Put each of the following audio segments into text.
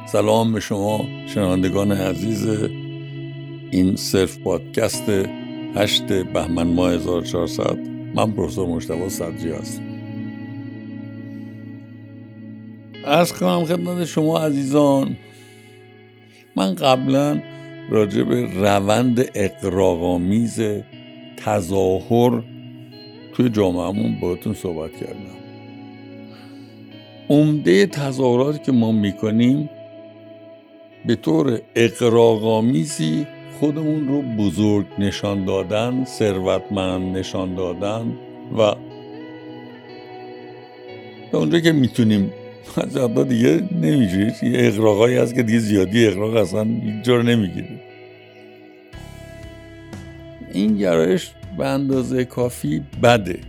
سلام به شما شنوندگان عزیز این صرف پادکست 8 بهمن ماه 1400. من پروفسور مجتبی صدری هستم. عرض کنم خدمت شما عزیزان، من قبلا راجع به روند اغراق‌آمیز تظاهر توی جامعهمون باهاتون صحبت کردم. عمده تظاهراتی که ما میکنیم به طور اغراق‌آمیزی خودمون رو بزرگ نشان دادن، ثروتمند نشان دادن و به اونجا که میتونیم از جدا دیگه نمیشه. یه اغراقایی هست که دیگه زیادی اغراق اصلا هیچ جا رو نمیگیره. این گرایش به اندازه کافی بده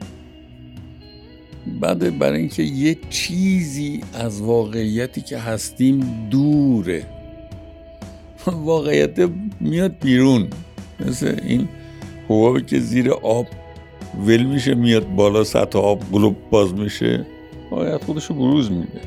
برای اینکه یه چیزی از واقعیتی که هستیم دوره. واقعیت میاد بیرون، مثل این حبابی که زیر آب ول میشه میاد بالا، سطح آب گلوب باز میشه، واقعیت خودشو بروز میده.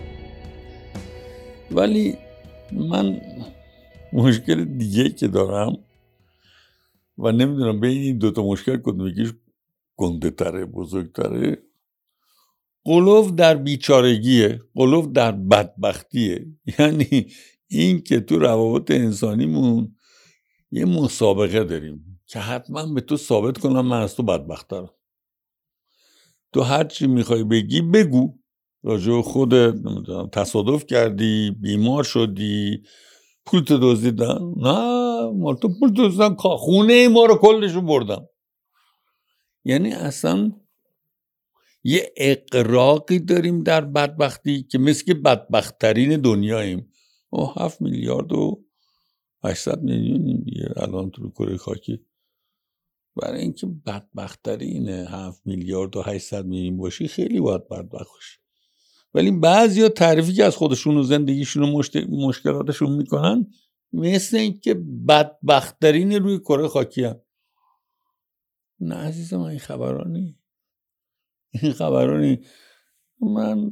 ولی من مشکل دیگه که دارم و نمیدونم بین این دوتا مشکل کدوم یکیش گنده تره، بزرگتره، قلوف در بیچارگیه، قلوف در بدبختیه. یعنی این که تو روابط انسانیمون یه مسابقه داریم که حتما به تو ثابت کنم من از تو بدبخترم. تو هر چی میخوای بگی بگو، راجع به خودت تصادف کردی، بیمار شدی، پول تو دزدیدن، نه مال تو پول دزدیدن، خونه ما رو کلشو بردم. یعنی اصلا یه اغراقی داریم در بدبختی که مثل که بدبختترین دنیاییم. 7 میلیارد و 800 میلیون دیگه الان تو کره خاکی. برای اینکه بدبختترین 7 میلیارد و 800 میلیون باشی خیلی باید بدبخت باشی. ولی بعضیا تعریفی که از خودشون و زندگیشون و مشکلاتشون میکنن مثل اینکه بدبختترین روی کره خاکی هم. نه عزیزم، این خبرانی من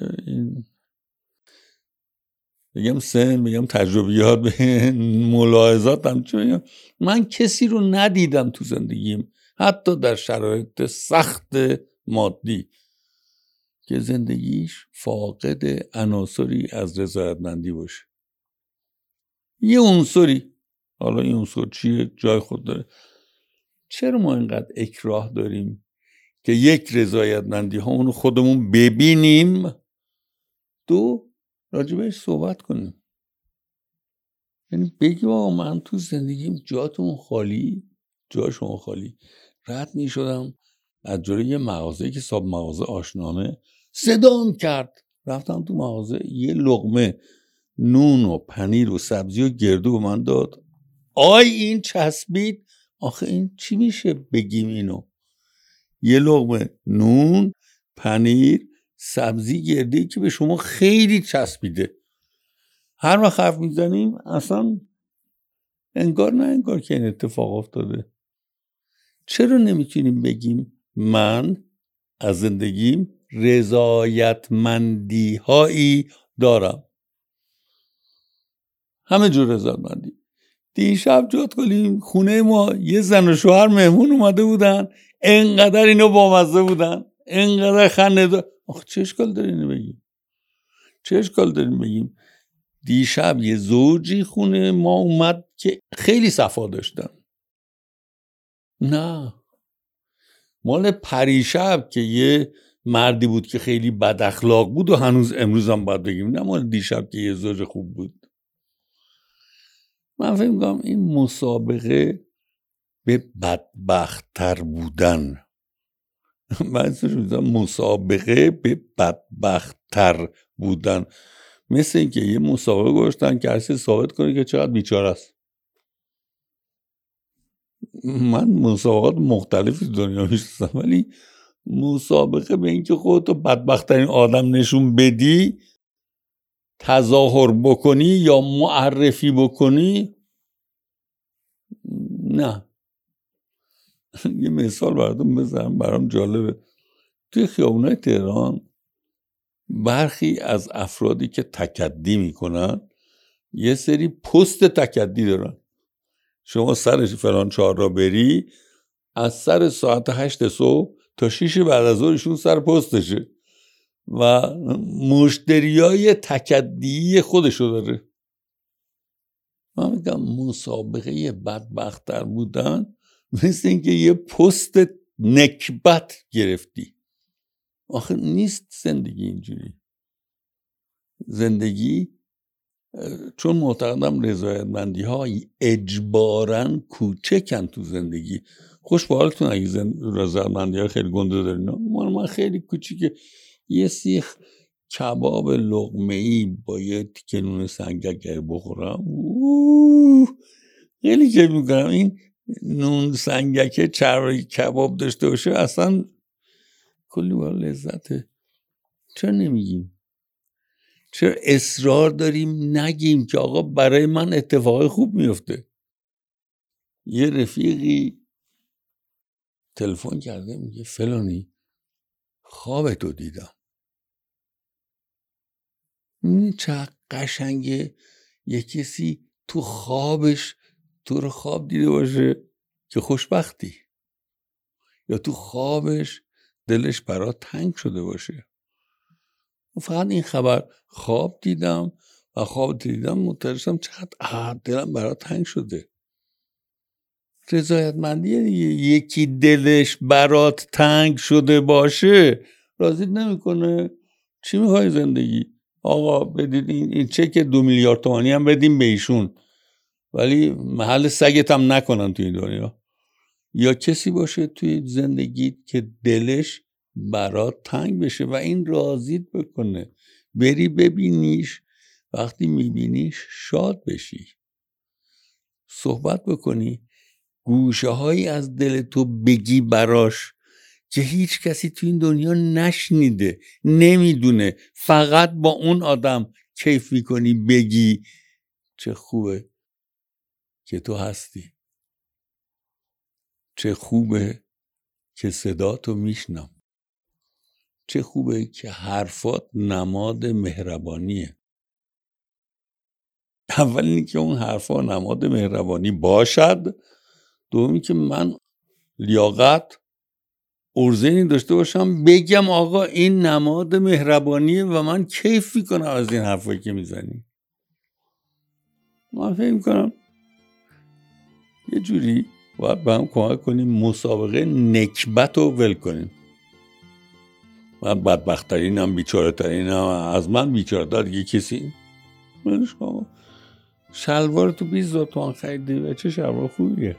بگم سن، بگم تجربیات، به ملاحظاتم چه بگم، من کسی رو ندیدم تو زندگیم حتی در شرایط سخت مادی که زندگیش فاقد عناصری از رضایتمندی باشه. یه عنصری، حالا این عنصر چیه جای خود داره. چرا ما اینقدر اکراه داریم که یک رضایتمندی ها اونو خودمون ببینیم، دو راجبش صحبت کنیم. یعنی بگیم آقا من تو زندگیم جاتون خالی، جا شما خالی. رد می شدم از جلوی یه مغازه که صاحب مغازه آشنامه صدام کرد، رفتم تو مغازه، یه لقمه نون و پنیر و سبزی و گردو به من داد. آی این چسبید. آخه این چی میشه بگیم اینو؟ یه لقمه نون، پنیر، سبزی، گردی که به شما خیلی چسبیده. هر وقت حرف میزنیم اصلا انگار نه انگار که این اتفاق افتاده. چرا نمیتونیم بگیم من از زندگیم رضایتمندی هایی دارم؟ همه جور رضایتمندی. دیشب جات کنیم خونه ما یه زن و شوهر مهمون اومده بودن، انقدر اینو بامزه بودن، انقدر خنده دار. آخه چه اشکال داره اینو بگیم؟ چه اشکال داریم بگیم دیشب یه زوجی خونه ما اومد که خیلی صفا داشتن؟ نه، مال پریشب که یه مردی بود که خیلی بد اخلاق بود و هنوز امروز هم باید بگیم، نه مال دیشب که یه زوج خوب بود. من فکر می‌کنم این مسابقه به بدبخت‌تر بودن، مسابقه به بدبخت‌تر بودن، مثل اینکه یه مسابقه گذاشتن که هرسی ثابت کنه که چقدر بیچاره است. من مسابقات مختلفی دنیا میشستم، ولی مسابقه به اینکه خودتو بدبخت‌ترین آدم نشون بدی، تظاهر بکنی یا معرفی بکنی، نه. یه مثال براتون بزنم، برام جالبه. توی خیابونای تهران برخی از افرادی که تکدی میکنن یه سری پست تکدی دارن. شما سر فلان چهار را بری، از سر ساعت 8 صبح تا 6 بعد از ظهرشون سر پستشه و مشتریای تکدی خودشو داره. من میگم مسابقه بدبخت‌تر بودن مثل اینکه یه پست نکبت گرفتی. آخه نیست زندگی اینجوری. زندگی، چون معتقدم رضایتمندی ها اجباراً کوچکن تو زندگی. خوش به حالتون اگه رضایتمندی ها خیلی گنده دارین. من خیلی کوچیکه، یه سیخ کباب لقمه‌ای با یه تیکه نون سنگک بخورم خیلی که میکنم. این نون سنگک چربی کباب داشته باشه اصلا کلی با لذته. چرا نمیگیم؟ چرا اصرار داریم نگیم که آقا برای من اتفاق خوب میفته؟ یه رفیقی تلفن کرده میگه فلانی خوابتو دیدم. چه قشنگه یه کسی تو خوابش تو رو خواب دیده باشه که خوشبختی، یا تو خوابش دلش برات تنگ شده باشه. فقط این خبر خواب دیدم و خواب دیدم متوجه چقدر دلم برات تنگ شده. رضایتمندیه دیگه. یکی دلش برات تنگ شده باشه راضیت نمیکنه. چی میخوای زندگی؟ آقا بدید این چک 2 میلیارد تومانی هم بدیم به ایشون، ولی محل سگت هم نکنن توی دنیا. یا کسی باشه توی زندگیت که دلش برات تنگ بشه و این راضیت بکنه، بری ببینیش، وقتی میبینیش شاد بشی، صحبت بکنی، گوشه هایی از دل تو بگی براش که هیچ کسی تو این دنیا نشنیده، نمیدونه، فقط با اون آدم کیف میکنی، بگی چه خوبه که تو هستی، چه خوبه که صدا تو میشنم، چه خوبه که حرفات نماد مهربانیه. اول اینی که اون حرفا نماد مهربانی باشد، دومی که من لیاقت ارزینی داشته باشم بگم آقا این نماد مهربانیه و من کیف میکنم از این حرفایی که میزنی. من فکر میکنم یه جوری باید به هم کمک کنیم مسابقه نکبت رو ول کنیم. من بدبخت‌ترین هم بیچاره ترین هم از من بیچاره تر دیگه کسی منش کنم. شلوار تو 20,000 تومان خریدی و چه شلوار خوبیه،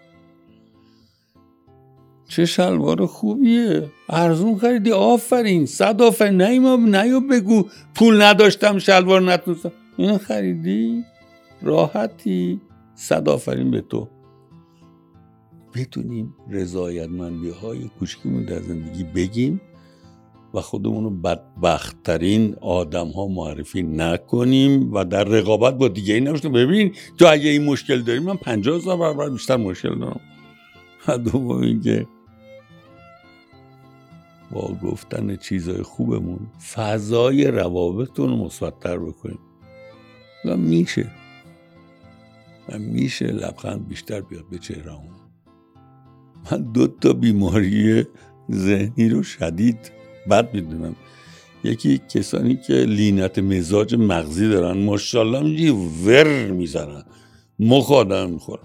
چه شلوار خوبیه، ارزون خریدی، آفرین، 100 آفرین. نیو بگو پول نداشتم شلوار نتونستم. این خریدی راحتی، 100 آفرین به تو. بتونیم رضایتمندی های کوچکیمون در زندگی بگیم و خودمونو بدبخت‌ترین آدم ها معرفی نکنیم و در رقابت با دیگه این نمیشتیم. ببین تو اگه این مشکل داری من 50,000 برابر بیشتر مشکل دارم. و دوم اینکه با گفتن چیزای خوبمون فضای روابطتون رو مثبت‌تر بکنیم و میشه لبخند بیشتر بیاد به چهره‌مون. من 2 بیماری ذهنی رو شدید بد میدونم. یکی کسانی که لینت مزاج مغزی دارن، ماشاءالله میگی ور میزنن، مخ آدم میخورن.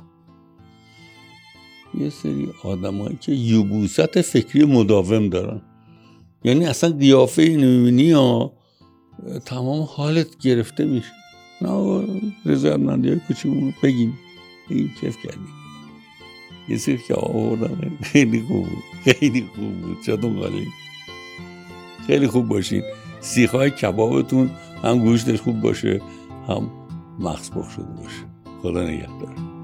یه سری آدمایی که یبوست فکری مداوم دارن، یعنی اصلا قیافه نمیبینی یا تمام حالت گرفته میشه. نه رضایتمندی های کوچیکمون بگیم کیف کردیم. یه سری که آوردم خیلی خوب بود چطور غالی، خیلی خوب باشین. سیخ‌های کبابتون هم گوشتش خوب باشه هم مغز پخ شده باشه. خدا نگهدار.